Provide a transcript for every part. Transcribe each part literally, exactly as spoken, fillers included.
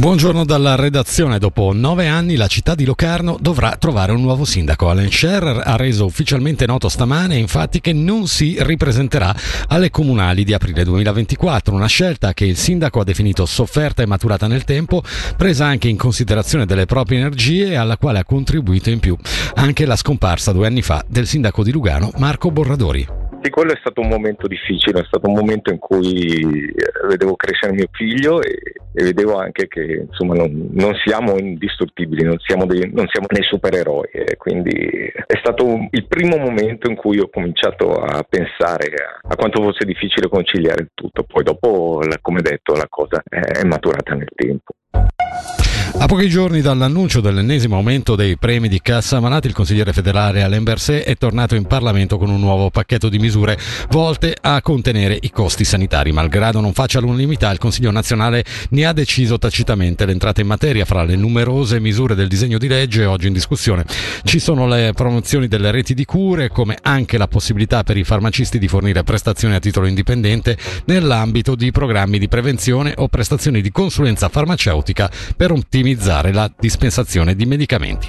Buongiorno dalla redazione. Dopo nove anni la città di Locarno dovrà trovare un nuovo sindaco. Alain Scherrer ha reso ufficialmente noto stamane infatti che non si ripresenterà alle comunali di aprile duemilaventiquattro, una scelta che il sindaco ha definito sofferta e maturata nel tempo, presa anche in considerazione delle proprie energie e alla quale ha contribuito in più anche la scomparsa due anni fa del sindaco di Lugano Marco Borradori. Sì, quello è stato un momento difficile, è stato un momento in cui vedevo crescere mio figlio e, e vedevo anche che insomma non, non siamo indistruttibili, non siamo, dei, non siamo dei supereroi, e quindi è stato un, il primo momento in cui ho cominciato a pensare a, a quanto fosse difficile conciliare il tutto. Poi dopo, come detto, la cosa è, è maturata nel tempo. A pochi giorni dall'annuncio dell'ennesimo aumento dei premi di cassa malati, il consigliere federale Alain Berset è tornato in Parlamento con un nuovo pacchetto di misure volte a contenere i costi sanitari. Malgrado non faccia l'unanimità, il Consiglio nazionale ne ha deciso tacitamente l'entrata in materia. Fra le numerose misure del disegno di legge oggi in discussione ci sono le promozioni delle reti di cure, come anche la possibilità per i farmacisti di fornire prestazioni a titolo indipendente nell'ambito di programmi di prevenzione o prestazioni di consulenza farmaceutica per ottimizzare la dispensazione di medicamenti.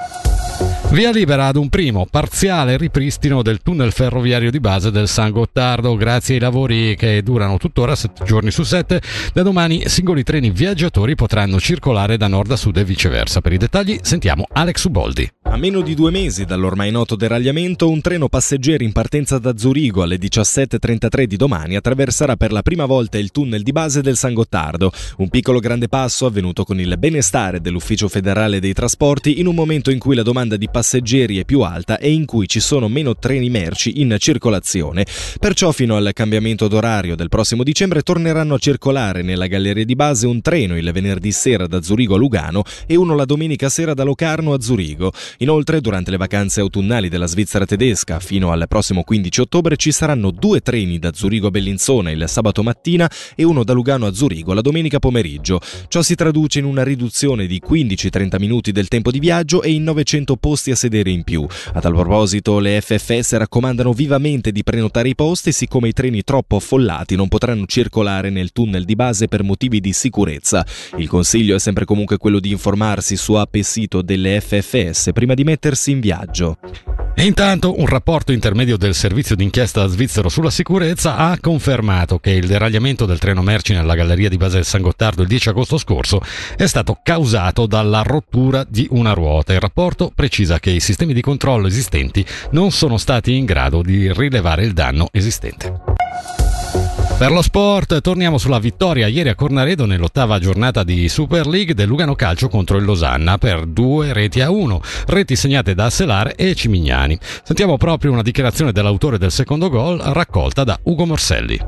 Via libera ad un primo parziale ripristino del tunnel ferroviario di base del San Gottardo. Grazie ai lavori che durano tuttora sette giorni su sette, da domani singoli treni viaggiatori potranno circolare da nord a sud e viceversa. Per i dettagli sentiamo Alex Uboldi. A meno di due mesi dall'ormai noto deragliamento, un treno passeggeri in partenza da Zurigo alle diciassette e trentatré di domani attraverserà per la prima volta il tunnel di base del San Gottardo. Un piccolo grande passo avvenuto con il benestare dell'Ufficio federale dei trasporti in un momento in cui la domanda di passeggeri è più alta e in cui ci sono meno treni merci in circolazione. Perciò fino al cambiamento d'orario del prossimo dicembre torneranno a circolare nella galleria di base un treno il venerdì sera da Zurigo a Lugano e uno la domenica sera da Locarno a Zurigo. Inoltre, durante le vacanze autunnali della Svizzera tedesca fino al prossimo quindici ottobre ci saranno due treni da Zurigo a Bellinzona il sabato mattina e uno da Lugano a Zurigo la domenica pomeriggio. Ciò si traduce in una riduzione di quindici trenta minuti del tempo di viaggio e in novecento posti a sedere in più. A tal proposito, le F F S raccomandano vivamente di prenotare i posti, siccome i treni troppo affollati non potranno circolare nel tunnel di base per motivi di sicurezza. Il consiglio è sempre comunque quello di informarsi su app e sito delle F F S prima di mettersi in viaggio. E intanto un rapporto intermedio del servizio d'inchiesta svizzero sulla sicurezza ha confermato che il deragliamento del treno merci nella galleria di base del San Gottardo il dieci agosto scorso è stato causato dalla rottura di una ruota. Il rapporto precisa che i sistemi di controllo esistenti non sono stati in grado di rilevare il danno esistente. Per lo sport torniamo sulla vittoria ieri a Cornaredo nell'ottava giornata di Super League del Lugano Calcio contro il Losanna per due reti a uno, reti segnate da Asselar e Cimignani. Sentiamo proprio una dichiarazione dell'autore del secondo gol raccolta da Ugo Morselli.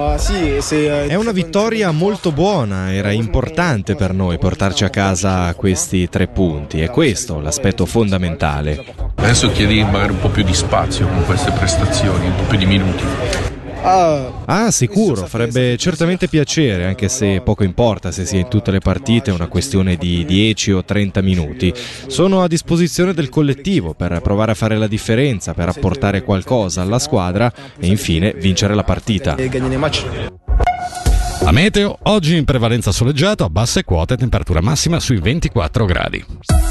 È una vittoria molto buona, era importante per noi portarci a casa questi tre punti, è questo l'aspetto fondamentale. Adesso chiedi magari un po' più di spazio con queste prestazioni, un po' più di minuti. Ah, sicuro, farebbe certamente piacere, anche se poco importa se sia in tutte le partite, è una questione di dieci o trenta minuti. Sono a disposizione del collettivo per provare a fare la differenza, per apportare qualcosa alla squadra e infine vincere la partita. La meteo, oggi in prevalenza soleggiato, a basse quote, temperatura massima sui ventiquattro gradi.